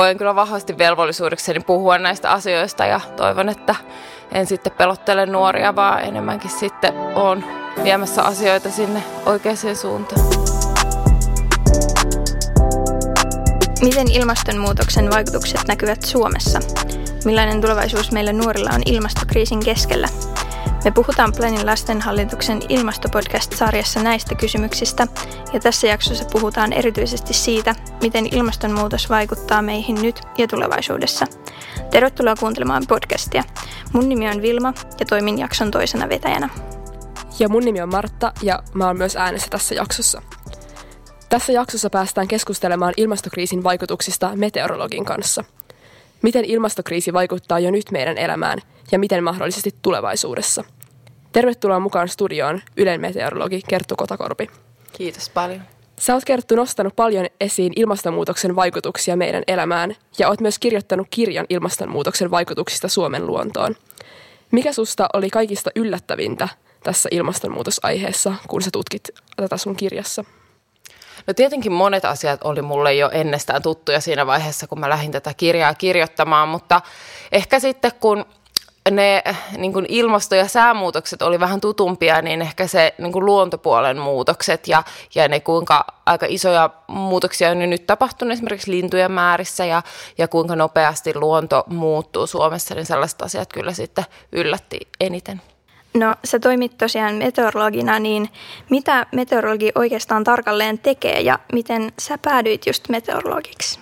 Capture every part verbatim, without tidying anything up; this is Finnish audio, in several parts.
koen kyllä vahvasti velvollisuudekseni puhua näistä asioista ja toivon, että en sitten pelottele nuoria, vaan enemmänkin sitten olen viemässä asioita sinne oikeaan suuntaan. Miten ilmastonmuutoksen vaikutukset näkyvät Suomessa? Millainen tulevaisuus meillä nuorilla on ilmastokriisin keskellä? Me puhutaan Planin lastenhallituksen ilmastopodcast-sarjassa näistä kysymyksistä, ja tässä jaksossa puhutaan erityisesti siitä, miten ilmastonmuutos vaikuttaa meihin nyt ja tulevaisuudessa. Tervetuloa kuuntelemaan podcastia. Mun nimi on Vilma ja toimin jakson toisena vetäjänä. Ja mun nimi on Martta ja mä oon myös äänessä tässä jaksossa. Tässä jaksossa päästään keskustelemaan ilmastokriisin vaikutuksista meteorologin kanssa. Miten ilmastokriisi vaikuttaa jo nyt meidän elämään ja miten mahdollisesti tulevaisuudessa. Tervetuloa mukaan studioon Ylen meteorologi Kerttu Kotakorpi. Kiitos paljon. Sä oot, Kerttu, nostanut paljon esiin ilmastonmuutoksen vaikutuksia meidän elämään ja oot myös kirjoittanut kirjan ilmastonmuutoksen vaikutuksista Suomen luontoon. Mikä susta oli kaikista yllättävintä tässä ilmastonmuutosaiheessa, kun sä tutkit tätä sun kirjassa? No tietenkin monet asiat oli mulle jo ennestään tuttuja siinä vaiheessa, kun mä lähdin tätä kirjaa kirjoittamaan, mutta ehkä sitten kun ne niin kuin ilmasto- ja säämuutokset oli vähän tutumpia, niin ehkä se niin kuin luontopuolen muutokset ja, ja ne kuinka aika isoja muutoksia on nyt tapahtunut esimerkiksi lintujen määrissä ja, ja kuinka nopeasti luonto muuttuu Suomessa, niin sellaiset asiat kyllä sitten yllätti eniten. No, sä toimit tosiaan meteorologina, niin mitä meteorologi oikeastaan tarkalleen tekee ja miten sä päädyit just meteorologiksi?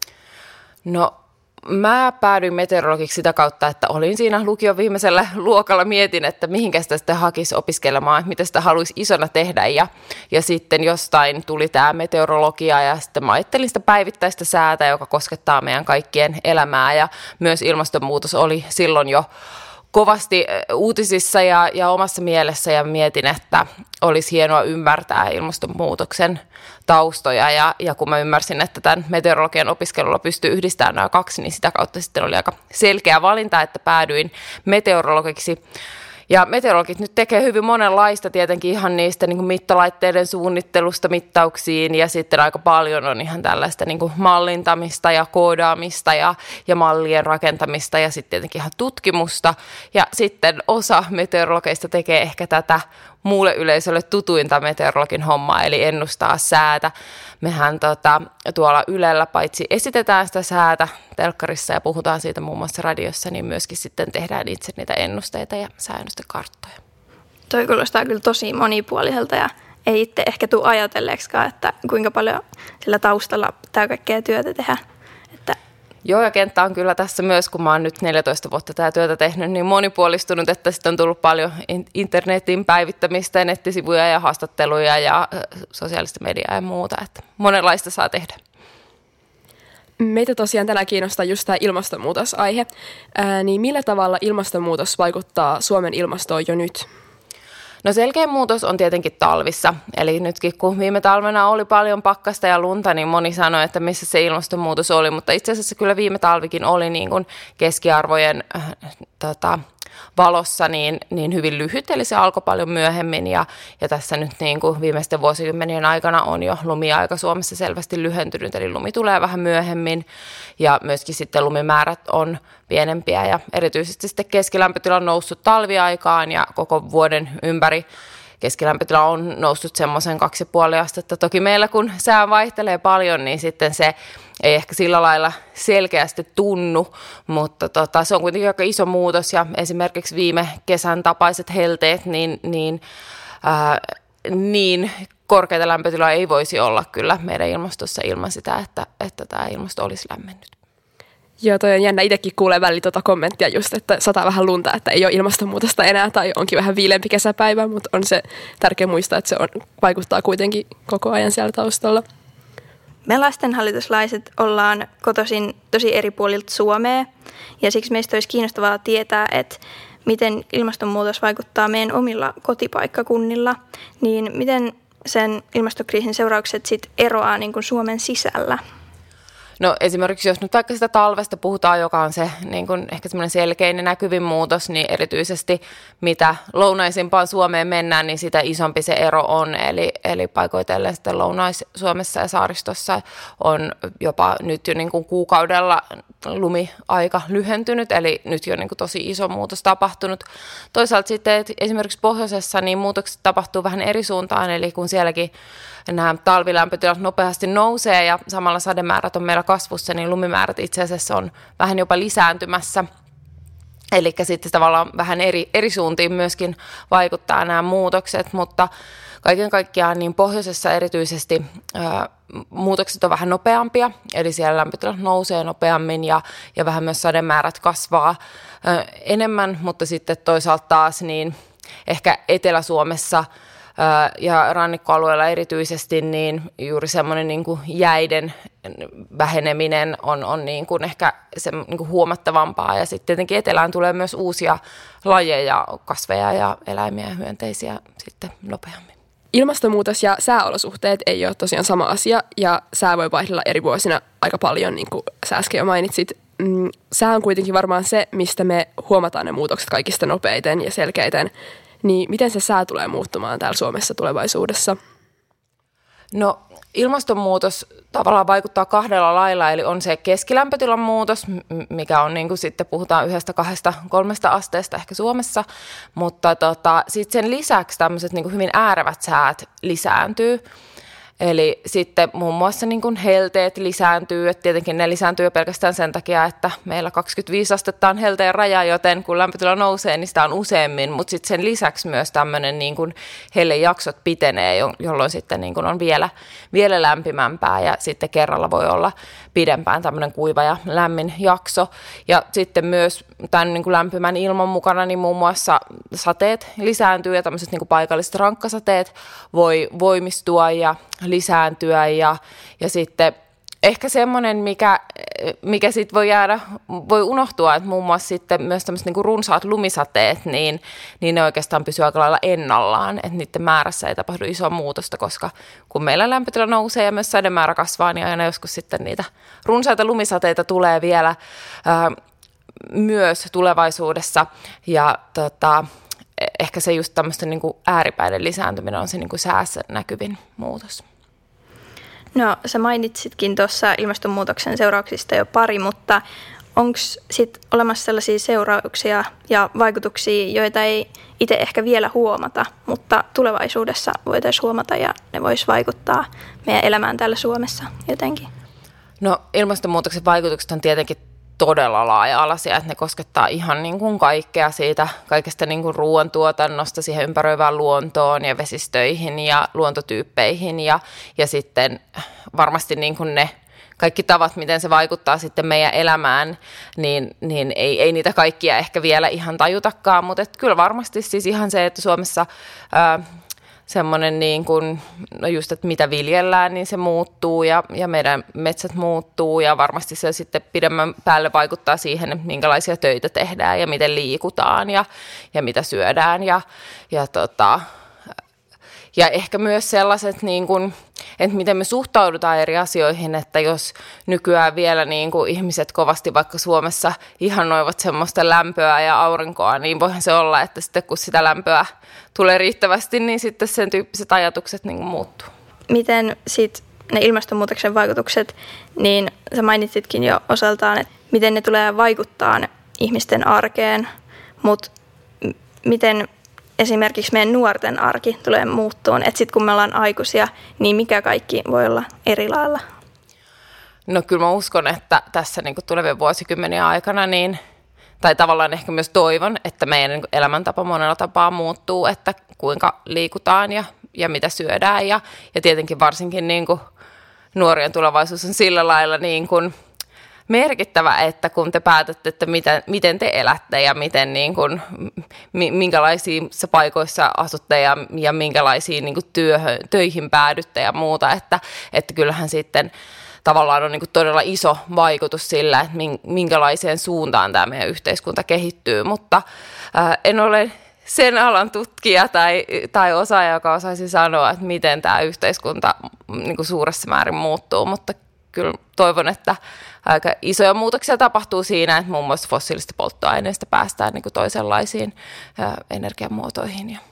No, mä päädyin meteorologiksi sitä kautta, että olin siinä lukion viimeisellä luokalla, mietin, että mihinkä sitä sitten hakisi opiskelemaan, mitä sitä haluaisi isona tehdä ja, ja sitten jostain tuli tämä meteorologia ja sitten mä ajattelin sitä päivittäistä säätä, joka koskettaa meidän kaikkien elämää ja myös ilmastonmuutos oli silloin jo kovasti uutisissa ja, ja omassa mielessä ja mietin, että olisi hienoa ymmärtää ilmastonmuutoksen taustoja ja, ja kun mä ymmärsin, että tämän meteorologian opiskelulla pystyy yhdistämään nämä kaksi, niin sitä kautta sitten oli aika selkeä valinta, että päädyin meteorologiksi. Ja meteorologit nyt tekee hyvin monenlaista, tietenkin ihan niistä niin kuin mittalaitteiden suunnittelusta mittauksiin ja sitten aika paljon on ihan tällaista niin kuin mallintamista ja koodaamista ja, ja mallien rakentamista ja sitten tietenkin ihan tutkimusta. Ja sitten osa meteorologeista tekee ehkä tätä muulle yleisölle tutuinta meteorologin hommaa, eli ennustaa säätä. Mehän tota, tuolla Ylellä paitsi esitetään sitä säätä telkkarissa ja puhutaan siitä muun muassa radiossa, niin myöskin sitten tehdään itse niitä ennusteita ja sääennustekarttoja. Toi kuulostaa kyllä tosi monipuoliselta ja ei itse ehkä tule ajatelleeksikaan, että kuinka paljon sillä taustalla pitää kaikkea työtä tehdä. Että Joo, ja kenttä on kyllä tässä myös, kun mä oon nyt neljätoista vuotta tätä työtä tehnyt, niin monipuolistunut, että sitten on tullut paljon internetin päivittämistä, nettisivuja ja haastatteluja ja sosiaalista mediaa ja muuta, että monenlaista saa tehdä. Meitä tosiaan tänään kiinnostaa just tämä ilmastonmuutosaihe, Ää, niin millä tavalla ilmastonmuutos vaikuttaa Suomen ilmastoon jo nyt? No selkeä muutos on tietenkin talvissa, eli nytkin kun viime talvena oli paljon pakkasta ja lunta, niin moni sanoi, että missä se ilmastonmuutos oli, mutta itse asiassa kyllä viime talvikin oli niin kuin keskiarvojen äh, tota, valossa niin, niin hyvin lyhyt, eli se alkoi paljon myöhemmin ja, ja tässä nyt niin kuin viimeisten vuosikymmenien aikana on jo lumiaika Suomessa selvästi lyhentynyt, eli lumi tulee vähän myöhemmin ja myöskin sitten lumimäärät on pienempiä ja erityisesti sitten keskilämpötila on noussut talviaikaan ja koko vuoden ympäri keskilämpötila on noussut semmoisen kaksi ja puoli astetta. Toki meillä kun sää vaihtelee paljon, niin sitten se ei ehkä sillä lailla selkeästi tunnu, mutta tota, se on kuitenkin aika iso muutos ja esimerkiksi viime kesän tapaiset helteet, niin, niin, ää, niin korkeita lämpötiloja ei voisi olla kyllä meidän ilmastossa ilman sitä, että, että tämä ilmasto olisi lämmennyt. Joo, toi on jännä. Itsekin kuulee välillä tuota kommenttia just, että sataa vähän lunta, että ei ole ilmastonmuutosta enää tai onkin vähän viileämpi kesäpäivä, mutta on se tärkeä muistaa, että se on, vaikuttaa kuitenkin koko ajan siellä taustalla. Me lastenhallituslaiset ollaan kotoisin tosi eri puolilta Suomea ja siksi meistä olisi kiinnostavaa tietää, että miten ilmastonmuutos vaikuttaa meidän omilla kotipaikkakunnilla, niin miten sen ilmastokriisin seuraukset sit eroaa niin kuin Suomen sisällä? No esimerkiksi jos nyt vaikka sitä talvesta puhutaan, joka on se niin kuin ehkä semmoinen selkein ja näkyvin muutos, niin erityisesti mitä lounaisimpaan Suomeen mennään, niin sitä isompi se ero on. Eli, eli paikoitellen sitten Lounais-Suomessa ja saaristossa on jopa nyt jo niin kuin kuukaudella lumiaika lyhentynyt, eli nyt jo niin kuin tosi iso muutos tapahtunut. Toisaalta sitten esimerkiksi pohjoisessa niin muutokset tapahtuu vähän eri suuntaan, eli kun sielläkin nämä talvilämpötilat nopeasti nousee ja samalla sademäärät on meillä kasvussa, niin lumimäärät itse asiassa on vähän jopa lisääntymässä. Eli sitten tavallaan vähän eri, eri suuntiin myöskin vaikuttaa nämä muutokset, mutta kaiken kaikkiaan niin pohjoisessa erityisesti ää, muutokset on vähän nopeampia, eli siellä lämpötilat nousee nopeammin ja, ja vähän myös sademäärät kasvaa ää, enemmän, mutta sitten toisaalta taas niin ehkä Etelä-Suomessa ja rannikkoalueella erityisesti niin juuri semmoinen niin kuin jäiden väheneminen on, on niin kuin ehkä se niin kuin huomattavampaa. Ja sitten tietenkin etelään tulee myös uusia lajeja, kasveja ja eläimiä ja hyönteisiä sitten nopeammin. Ilmastonmuutos ja sääolosuhteet ei ole tosiaan sama asia ja sää voi vaihdella eri vuosina aika paljon, niin kuin sä äsken jo mainitsit. Sää on kuitenkin varmaan se, mistä me huomataan ne muutokset kaikista nopeiten ja selkeiten. Niin miten se sää tulee muuttumaan täällä Suomessa tulevaisuudessa? No ilmastonmuutos tavallaan vaikuttaa kahdella lailla, eli on se keskilämpötilan muutos, mikä on niin kuin sitten puhutaan yhdestä, kahdesta, kolmesta asteesta ehkä Suomessa, mutta tota, sitten sen lisäksi tämmöiset niin kuin hyvin äärevät säät lisääntyy. Eli sitten muun muassa niin kuin helteet lisääntyy, että tietenkin ne lisääntyy pelkästään sen takia, että meillä kaksikymmentäviisi astetta on helteen raja, joten kun lämpötila nousee, niin sitä on useammin, mutta sitten sen lisäksi myös tämmöinen niin kuin hellejaksot pitenee, jolloin sitten niin kuin on vielä, vielä lämpimämpää ja sitten kerralla voi olla pidempään tämmöinen kuiva ja lämmin jakso. Ja sitten myös tämän niin kuin lämpimän ilman mukana niin muun muassa sateet lisääntyy ja tämmöiset niin kuin paikalliset rankkasateet voi voimistua ja lisääntyä ja, ja sitten ehkä semmoinen, mikä, mikä sitten voi jäädä, voi unohtua, että muun muassa sitten myös tämmöiset niin kuin runsaat lumisateet, niin, niin ne oikeastaan pysyy aika lailla ennallaan, että niiden määrässä ei tapahdu isoa muutosta, koska kun meillä lämpötila nousee ja myös sademäärä kasvaa, niin aina joskus sitten niitä runsaita lumisateita tulee vielä ää, myös tulevaisuudessa ja tota, ehkä se just tämmöisten niin kuin ääripäiden lisääntyminen on se niin kuin säässä näkyvin muutos. No sä mainitsitkin tuossa ilmastonmuutoksen seurauksista jo pari, mutta onko sitten olemassa sellaisia seurauksia ja vaikutuksia, joita ei itse ehkä vielä huomata, mutta tulevaisuudessa voitaisiin huomata ja ne vois vaikuttaa meidän elämään täällä Suomessa jotenkin? No ilmastonmuutoksen vaikutukset on tietenkin todella laaja-alaisia, että ne koskettaa ihan niin kuin kaikkea siitä, kaikesta niin kuin ruoantuotannosta siihen ympäröivään luontoon ja vesistöihin ja luontotyyppeihin ja, ja sitten varmasti niin kuin ne kaikki tavat, miten se vaikuttaa sitten meidän elämään, niin, niin ei, ei niitä kaikkia ehkä vielä ihan tajutakaan, mutta et kyllä varmasti siis ihan se, että Suomessa ää, semmoinen niin kuin, no just, että mitä viljellään, niin se muuttuu ja, ja meidän metsät muuttuu ja varmasti se sitten pidemmän päälle vaikuttaa siihen, että minkälaisia töitä tehdään ja miten liikutaan ja, ja mitä syödään ja, ja, tota, ja ehkä myös sellaiset, niin kuin, että miten me suhtaudutaan eri asioihin, että jos nykyään vielä niin kuin ihmiset kovasti vaikka Suomessa ihannoivat semmoista lämpöä ja aurinkoa, niin voihan se olla, että sitten kun sitä lämpöä tulee riittävästi, niin sitten sen tyyppiset ajatukset niin kuin muuttuu. Miten sitten ne ilmastonmuutoksen vaikutukset, niin sä mainitsitkin jo osaltaan, että miten ne tulee vaikuttaa ihmisten arkeen, mutta miten esimerkiksi meidän nuorten arki tulee muuttumaan, että sitten kun me ollaan aikuisia, niin mikä kaikki voi olla eri lailla? No kyllä mä uskon, että tässä niin kuin tulevien vuosikymmenien aikana, niin, tai tavallaan ehkä myös toivon, että meidän niin kuin elämäntapa monella tapaa muuttuu, että kuinka liikutaan ja, ja mitä syödään ja, ja tietenkin varsinkin niin kuin nuorien tulevaisuus on sillä lailla niin kuin merkittävä, että kun te päätätte, että miten, miten te elätte ja miten, niin kuin, minkälaisissa paikoissa asutte ja, ja minkälaisiin niin kuin työhön, töihin päädytte ja muuta, että, että kyllähän sitten tavallaan on niin kuin todella iso vaikutus sillä, että minkälaiseen suuntaan tämä meidän yhteiskunta kehittyy, mutta ää, en ole sen alan tutkija tai, tai osaaja, joka osaisi sanoa, että miten tämä yhteiskunta niin kuin suuressa määrin muuttuu, mutta kyllä toivon, että aika isoja muutoksia tapahtuu siinä, että muun muassa fossiilisista polttoaineista päästään niin kuin toisenlaisiin energiamuotoihin. Ja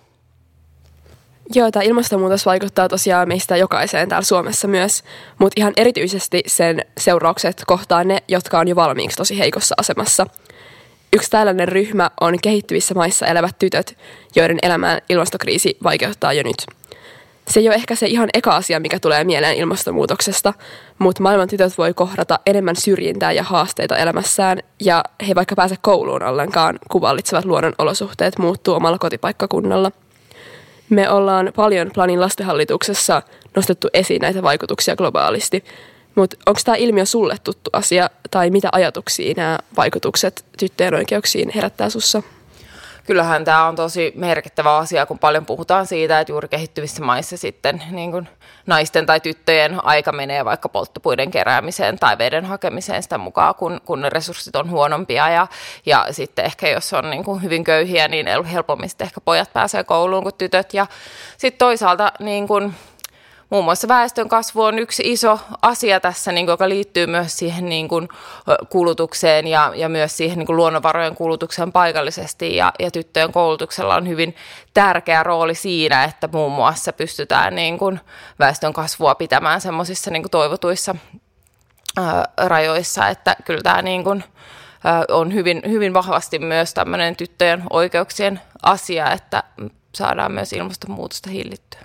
Joo, tämä ilmastonmuutos vaikuttaa tosiaan meistä jokaiseen täällä Suomessa myös, mutta ihan erityisesti sen seuraukset kohtaa ne, jotka on jo valmiiksi tosi heikossa asemassa. Yksi tällainen ryhmä on kehittyvissä maissa elävät tytöt, joiden elämään ilmastokriisi vaikeuttaa jo nyt. Se ei ole ehkä se ihan eka asia, mikä tulee mieleen ilmastonmuutoksesta, mutta maailman tytöt voi kohdata enemmän syrjintää ja haasteita elämässään, ja he ei vaikka pääse kouluun ollenkaan, kun vallitsevat luonnon olosuhteet muuttuu omalla kotipaikkakunnalla. Me ollaan paljon Planin lastenhallituksessa nostettu esiin näitä vaikutuksia globaalisti, mutta onko tämä ilmiö sulle tuttu asia, tai mitä ajatuksia nämä vaikutukset tyttöjen oikeuksiin herättää sussa? Kyllähän tämä on tosi merkittävä asia, kun paljon puhutaan siitä, että juuri kehittyvissä maissa sitten niin kuin naisten tai tyttöjen aika menee vaikka polttopuiden keräämiseen tai veden hakemiseen sitä mukaan, kun, kun ne resurssit on huonompia. Ja, ja sitten ehkä jos on niin kuin hyvin köyhiä, niin helpommin sitten ehkä pojat pääsee kouluun kuin tytöt. Ja sitten toisaalta niin kuin muun muassa väestön kasvu on yksi iso asia tässä, niin kuin, joka liittyy myös siihen niin kuin, kulutukseen ja, ja myös siihen niin kuin, luonnonvarojen kulutukseen paikallisesti. Ja, ja tyttöjen koulutuksella on hyvin tärkeä rooli siinä, että muun muassa pystytään niin kuin, väestön kasvua pitämään semmoisissa niin kuin toivotuissa ää, rajoissa. Että kyllä tämä niin kuin, ää, on hyvin, hyvin vahvasti myös tämmöinen tyttöjen oikeuksien asia, että saadaan myös ilmastonmuutosta hillittyä.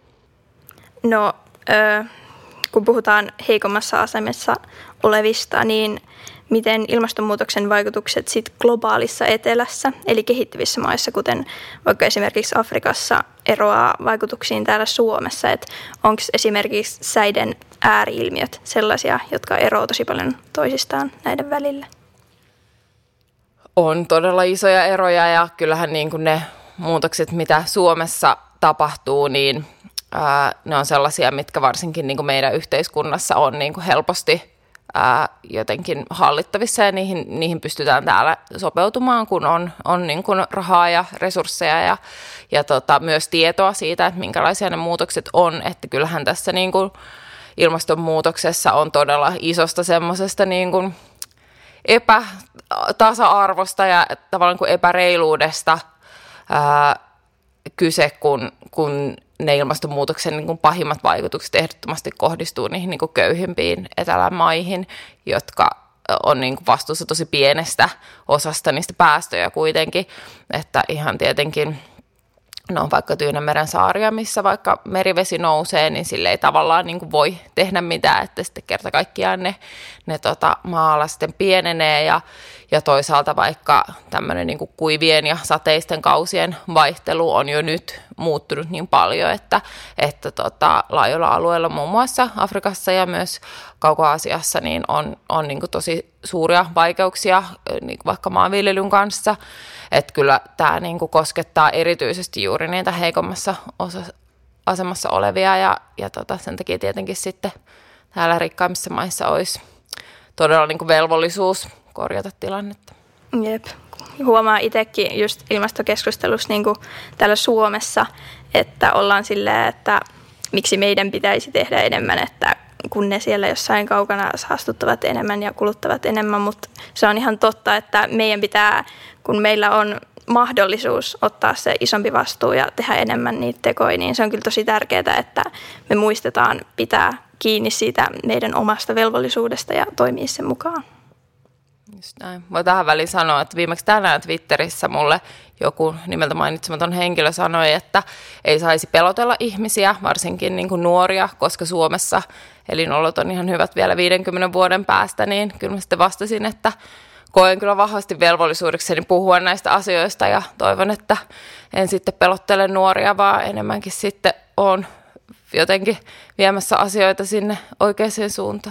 No, kun puhutaan heikommassa asemassa olevista, niin miten ilmastonmuutoksen vaikutukset sit globaalissa etelässä, eli kehittyvissä maissa, kuten vaikka esimerkiksi Afrikassa, eroaa vaikutuksiin täällä Suomessa? Et onko esimerkiksi säiden ääri-ilmiöt sellaisia, jotka eroavat tosi paljon toisistaan näiden välillä? On todella isoja eroja, ja kyllähän niin kuin ne muutokset, mitä Suomessa tapahtuu, niin Ää, ne on sellaisia, mitkä varsinkin niin kuin meidän yhteiskunnassa on niin kuin helposti ää, jotenkin hallittavissa, ja niihin, niihin pystytään täällä sopeutumaan, kun on, on niin kuin rahaa ja resursseja ja, ja tota, myös tietoa siitä, että minkälaisia ne muutokset on. Että kyllähän tässä niin kuin ilmastonmuutoksessa on todella isosta semmoisesta niin kuin epätasa-arvosta ja tavallaan kuin epäreiluudesta ää, kyse, kun, kun ne ilmastonmuutoksen niin kuin pahimmat vaikutukset ehdottomasti kohdistuu niihin niin kuin köyhimpiin etelämaihin, jotka on niin kuin vastuussa tosi pienestä osasta niistä päästöjä kuitenkin. Että ihan tietenkin, no vaikka Tyynemeren saaria, missä vaikka merivesi nousee, niin sille ei tavallaan niin kuin voi tehdä mitään, että sitten kerta kaikkiaan ne, ne tota, maa-ala sitten pienenee ja, ja toisaalta vaikka tämmöinen niin kuin kuivien ja sateisten kausien vaihtelu on jo nyt muuttunut niin paljon, että, että tota, laajoilla alueilla muun muassa Afrikassa ja myös Kauko-Aasiassa niin on, on niin kuin tosi suuria vaikeuksia niin kuin vaikka maanviljelyn kanssa. Että kyllä tämä niin kuin koskettaa erityisesti juuri niitä heikommassa osa, asemassa olevia ja, ja tota, sen takia tietenkin sitten täällä rikkaimmissa maissa olisi todella niin kuin velvollisuus korjata tilannetta. Jep. Huomaa itsekin just ilmastokeskustelussa niin kuin täällä Suomessa, että ollaan silleen, että miksi meidän pitäisi tehdä enemmän, että kun ne siellä jossain kaukana saastuttavat enemmän ja kuluttavat enemmän, mutta se on ihan totta, että meidän pitää, kun meillä on mahdollisuus ottaa se isompi vastuu ja tehdä enemmän niitä tekoja, niin se on kyllä tosi tärkeää, että me muistetaan pitää kiinni siitä meidän omasta velvollisuudesta ja toimia sen mukaan. Just näin. Voi tähän väliin sanoa, että viimeksi tänään Twitterissä mulle joku nimeltä mainitsematon henkilö sanoi, että ei saisi pelotella ihmisiä, varsinkin niin kuin nuoria, koska Suomessa elinolot on ihan hyvät vielä viidenkymmenen vuoden päästä, niin kyllä mä sitten vastasin, että koen kyllä vahvasti velvollisuudekseni puhua näistä asioista ja toivon, että en sitten pelottele nuoria, vaan enemmänkin sitten olen jotenkin viemässä asioita sinne oikeaan suuntaan.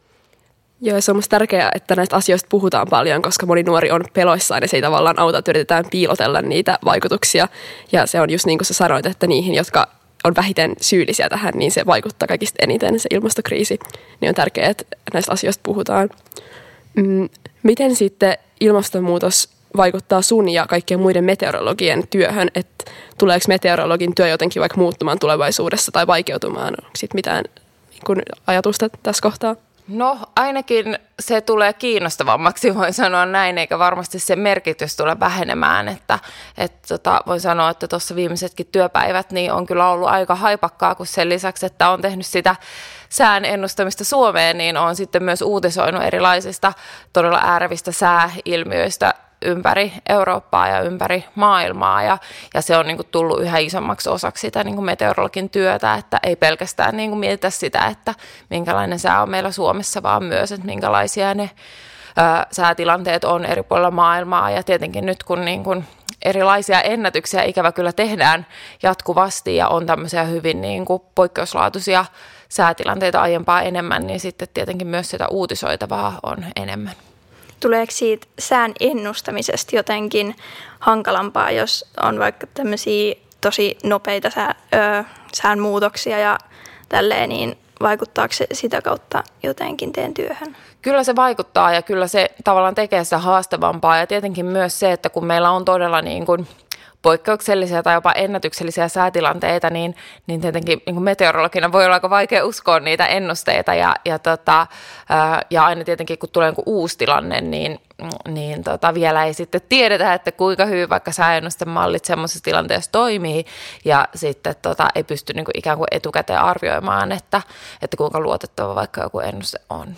Joo, se on musta tärkeää, että näistä asioista puhutaan paljon, koska moni nuori on peloissaan ja se ei tavallaan auta, että yritetään piilotella niitä vaikutuksia. Ja se on just niin kuin sä sanoit, että niihin, jotka on vähiten syyllisiä tähän, niin se vaikuttaa kaikista eniten se ilmastokriisi. Niin on tärkeää, että näistä asioista puhutaan. Mm, miten sitten ilmastonmuutos vaikuttaa sun ja kaikkien muiden meteorologien työhön? Että tuleeko meteorologin työ jotenkin vaikka muuttumaan tulevaisuudessa tai vaikeutumaan? Onko sitten mitään kun ajatusta tässä kohtaa? No ainakin se tulee kiinnostavammaksi, voin sanoa näin, eikä varmasti se merkitys tule vähenemään. Että, et, tota, voin sanoa, että tuossa viimeisetkin työpäivät niin on kyllä ollut aika haipakkaa, kun sen lisäksi, että on tehnyt sitä sään ennustamista Suomeen, niin on sitten myös uutisoinut erilaisista todella äärevistä sääilmiöistä ympäri Eurooppaa ja ympäri maailmaa, ja, ja se on niin kuin tullut yhä isommaksi osaksi sitä niin kuin meteorologin työtä, että ei pelkästään niin kuin mietitä sitä, että minkälainen sää on meillä Suomessa, vaan myös, että minkälaisia ne ää, säätilanteet on eri puolilla maailmaa, ja tietenkin nyt kun niin kuin erilaisia ennätyksiä ikävä kyllä tehdään jatkuvasti ja on tämmöisiä hyvin niin kuin poikkeuslaatuisia säätilanteita aiempaa enemmän, niin sitten tietenkin myös sitä uutisoitavaa on enemmän. Tuleeko siitä sään ennustamisesta jotenkin hankalampaa, jos on vaikka tämmöisiä tosi nopeita sää, ö, sään muutoksia ja tälleen, niin vaikuttaako se sitä kautta jotenkin teidän työhön? Kyllä se vaikuttaa ja kyllä se tavallaan tekee sitä haastavampaa ja tietenkin myös se, että kun meillä on todella niin kuin poikkeuksellisia tai jopa ennätyksellisiä säätilanteita, niin, niin tietenkin niin kuin meteorologina voi olla aika vaikea uskoa niitä ennusteita ja, ja, tota, ää, ja aina tietenkin kun tulee niin uusi tilanne, niin, niin tota, vielä ei sitten tiedetä, että kuinka hyvin vaikka sääennustemallit semmoisessa tilanteessa toimii ja sitten tota, ei pysty niin kuin ikään kuin etukäteen arvioimaan, että, että kuinka luotettava vaikka joku ennuste on.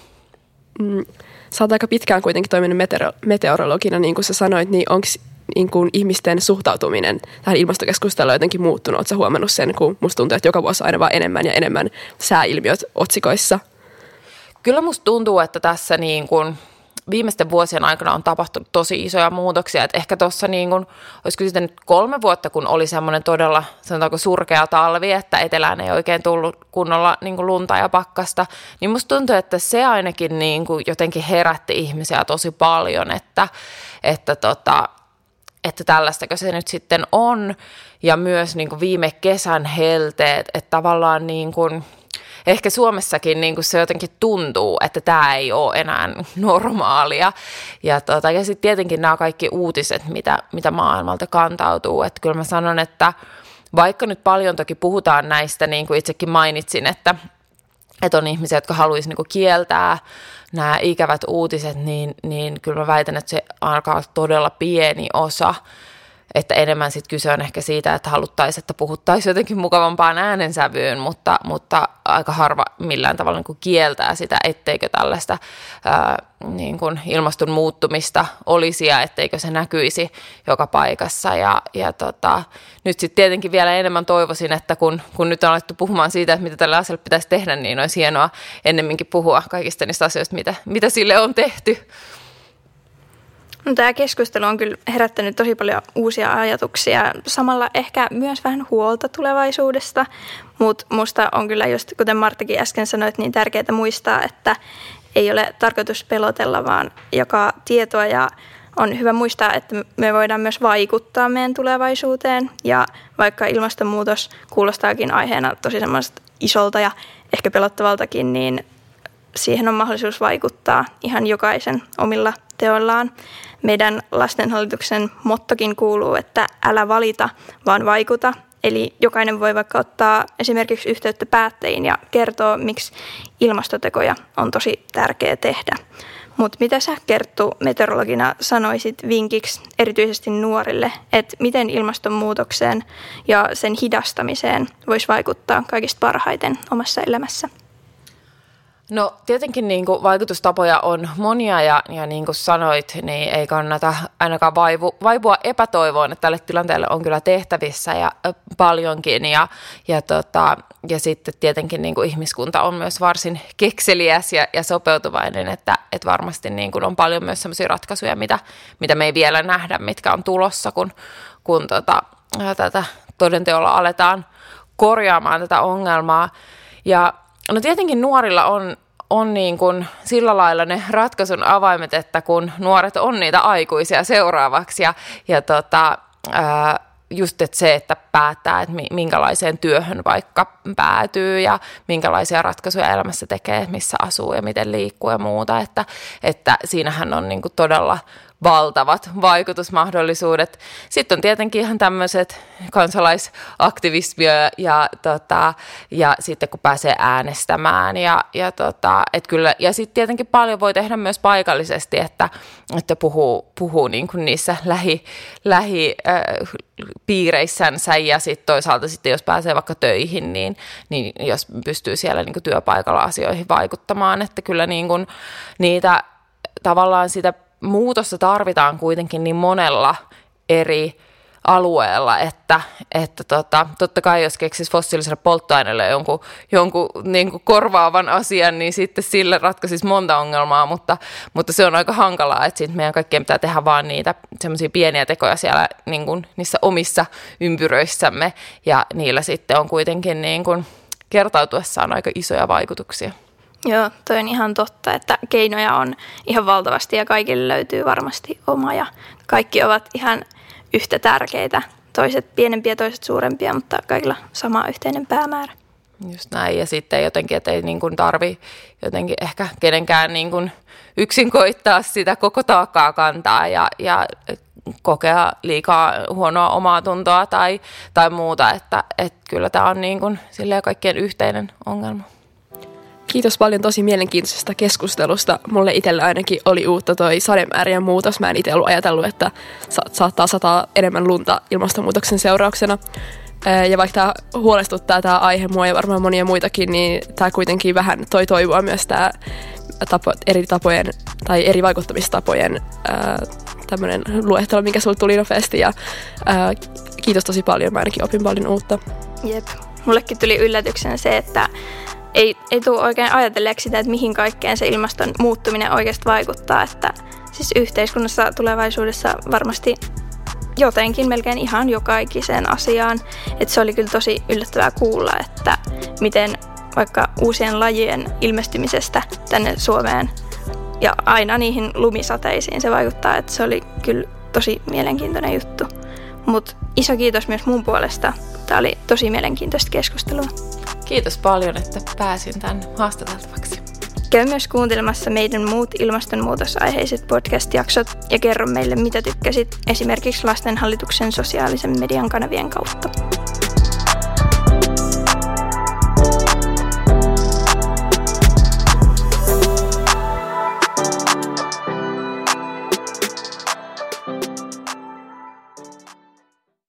Mm. Sä oot aika pitkään kuitenkin toiminut meteoro- meteorologina, niin kuin sä sanoit, niin onko niin kuin ihmisten suhtautuminen tähän ilmastokeskusteluun jotenkin muuttunut? Oletko huomannut sen, kun musta tuntuu, että joka vuosi aina vaan enemmän ja enemmän sääilmiöt otsikoissa? Kyllä musta tuntuu, että tässä niin kuin viimeisten vuosien aikana on tapahtunut tosi isoja muutoksia. Että ehkä tuossa niin kuin, olisiko sitten nyt kolme vuotta, kun oli semmoinen todella, sanotaanko surkea talvi, että etelään ei oikein tullut kunnolla niin kuin lunta ja pakkasta, niin musta tuntuu, että se ainakin niin kuin jotenkin herätti ihmisiä tosi paljon, että, että tota, että tällaistako se nyt sitten on, ja myös niin kuin viime kesän helteet, että tavallaan niin kuin, ehkä Suomessakin niin kuin se jotenkin tuntuu, että tämä ei ole enää normaalia, ja, tota, ja sitten tietenkin nämä kaikki uutiset, mitä, mitä maailmalta kantautuu, että kyllä mä sanon, että vaikka nyt paljon toki puhutaan näistä, niin kuin itsekin mainitsin, että että on ihmisiä, jotka haluaisi niinku kieltää nämä ikävät uutiset, niin, niin kyllä mä väitän, että se alkaa olla todella pieni osa. Että enemmän sitten kyse on ehkä siitä, että haluttaisiin, että puhuttaisiin jotenkin mukavampaan äänensävyyn, mutta, mutta aika harva millään tavalla niin kuin kieltää sitä, etteikö tällaista ää, niin kuin ilmaston muuttumista olisi ja etteikö se näkyisi joka paikassa. Ja, ja tota, nyt sitten tietenkin vielä enemmän toivoisin, että kun, kun nyt on alettu puhumaan siitä, että mitä tälle asialle pitäisi tehdä, niin olisi hienoa ennemminkin puhua kaikista niistä asioista, mitä, mitä sille on tehty. No, tämä keskustelu on kyllä herättänyt tosi paljon uusia ajatuksia, samalla ehkä myös vähän huolta tulevaisuudesta, mutta musta on kyllä just, kuten Marttakin äsken sanoit, niin tärkeää muistaa, että ei ole tarkoitus pelotella, vaan jakaa tietoa ja on hyvä muistaa, että me voidaan myös vaikuttaa meidän tulevaisuuteen ja vaikka ilmastonmuutos kuulostaakin aiheena tosi semmoista isolta ja ehkä pelottavaltakin, niin siihen on mahdollisuus vaikuttaa ihan jokaisen omilla teoillaan. Meidän lastenhallituksen mottokin kuuluu, että älä valita, vaan vaikuta. Eli jokainen voi vaikka ottaa esimerkiksi yhteyttä päättäjiin ja kertoa, miksi ilmastotekoja on tosi tärkeää tehdä. Mutta mitä sä, Kerttu, meteorologina sanoisit vinkiksi erityisesti nuorille, että miten ilmastonmuutokseen ja sen hidastamiseen voisi vaikuttaa kaikista parhaiten omassa elämässä? No tietenkin niin kuin vaikutustapoja on monia ja, ja niin kuin sanoit, niin ei kannata ainakaan vaivu, vaipua epätoivoon, että tälle tilanteelle on kyllä tehtävissä ja paljonkin ja, ja, tota, ja sitten tietenkin niin kuin ihmiskunta on myös varsin kekseliäs ja, ja sopeutuvainen, että, että varmasti niin kuin on paljon myös sellaisia ratkaisuja, mitä, mitä me ei vielä nähdä, mitkä on tulossa, kun, kun tota, tätä todenteolla aletaan korjaamaan tätä ongelmaa ja no tietenkin nuorilla on, on niin kuin sillä lailla ne ratkaisun avaimet, että kun nuoret on niitä aikuisia seuraavaksi ja, ja tota, ää, just että se, että päättää, että minkälaiseen työhön vaikka päätyy ja minkälaisia ratkaisuja elämässä tekee, missä asuu ja miten liikkuu ja muuta, että, että siinähän on niin kuin todella valtavat vaikutusmahdollisuudet. Sitten on tietenkin ihan tämmöiset kansalaisaktivismia ja, ja, tota, ja sitten kun pääsee äänestämään ja, ja, tota, et kyllä, ja sitten tietenkin paljon voi tehdä myös paikallisesti, että, että puhuu, puhuu niin kuin niissä lähi, lähi äh, piireissänsä ja sitten toisaalta sitten jos pääsee vaikka töihin, niin, niin jos pystyy siellä niin kuin työpaikalla asioihin vaikuttamaan, että kyllä niin kuin niitä tavallaan sitä muutosta tarvitaan kuitenkin niin monella eri alueella, että, että tota, totta kai jos keksisi fossiiliselle polttoaineelle jonkun, jonkun niin kuin korvaavan asian, niin sitten sillä ratkaisisi monta ongelmaa, mutta, mutta se on aika hankalaa, että siitä meidän kaikkien pitää tehdä vaan niitä semmoisia pieniä tekoja siellä niin kuin niissä omissa ympyröissämme, ja niillä sitten on kuitenkin niin kuin kertautuessaan aika isoja vaikutuksia. Joo, toi on ihan totta, että keinoja on ihan valtavasti ja kaikille löytyy varmasti oma ja kaikki ovat ihan yhtä tärkeitä. Toiset pienempiä, toiset suurempia, mutta kaikilla sama yhteinen päämäärä. Just näin, ja sitten jotenkin, että ei niin kuin tarvi jotenkin ehkä kenenkään niin kuin yksin koittaa sitä koko taakkaa kantaa ja, ja kokea liikaa huonoa omaa tuntoa tai, tai muuta, että, että kyllä tämä on niin kuin silleen kaikkien yhteinen ongelma. Kiitos paljon tosi mielenkiintoisesta keskustelusta. Mulle itselle ainakin oli uutta toi sademäärien muutos. Mä en itse ollut ajatellut, että sa- saattaa sataa enemmän lunta ilmastonmuutoksen seurauksena. Ja vaikka tämä huolestuttaa tämä aihe mua ja varmaan monia muitakin, niin tämä kuitenkin vähän toi toivoa myös tämä tapo, eri tapojen tai eri vaikuttamistapojen ää, tämmöinen luettelo, mikä sulle tuli nopeasti. Ja, ää, kiitos tosi paljon. Mä ainakin opin paljon uutta. Jep. Mullekin tuli yllätyksenä se, että Ei, ei tule oikein ajatelleeksi sitä, että mihin kaikkeen se ilmaston muuttuminen oikeasti vaikuttaa. Että siis yhteiskunnassa tulevaisuudessa varmasti jotenkin melkein ihan joka ikiseen asiaan. Että se oli kyllä tosi yllättävää kuulla, että miten vaikka uusien lajien ilmestymisestä tänne Suomeen ja aina niihin lumisateisiin se vaikuttaa. Että se oli kyllä tosi mielenkiintoinen juttu. Mutta iso kiitos myös mun puolesta. Tämä oli tosi mielenkiintoista keskustelua. Kiitos paljon, että pääsin tänne haastateltavaksi. Käy myös kuuntelemassa meidän muut ilmastonmuutosaiheiset podcast-jaksot ja kerro meille, mitä tykkäsit esimerkiksi Lastenhallituksen sosiaalisen median kanavien kautta.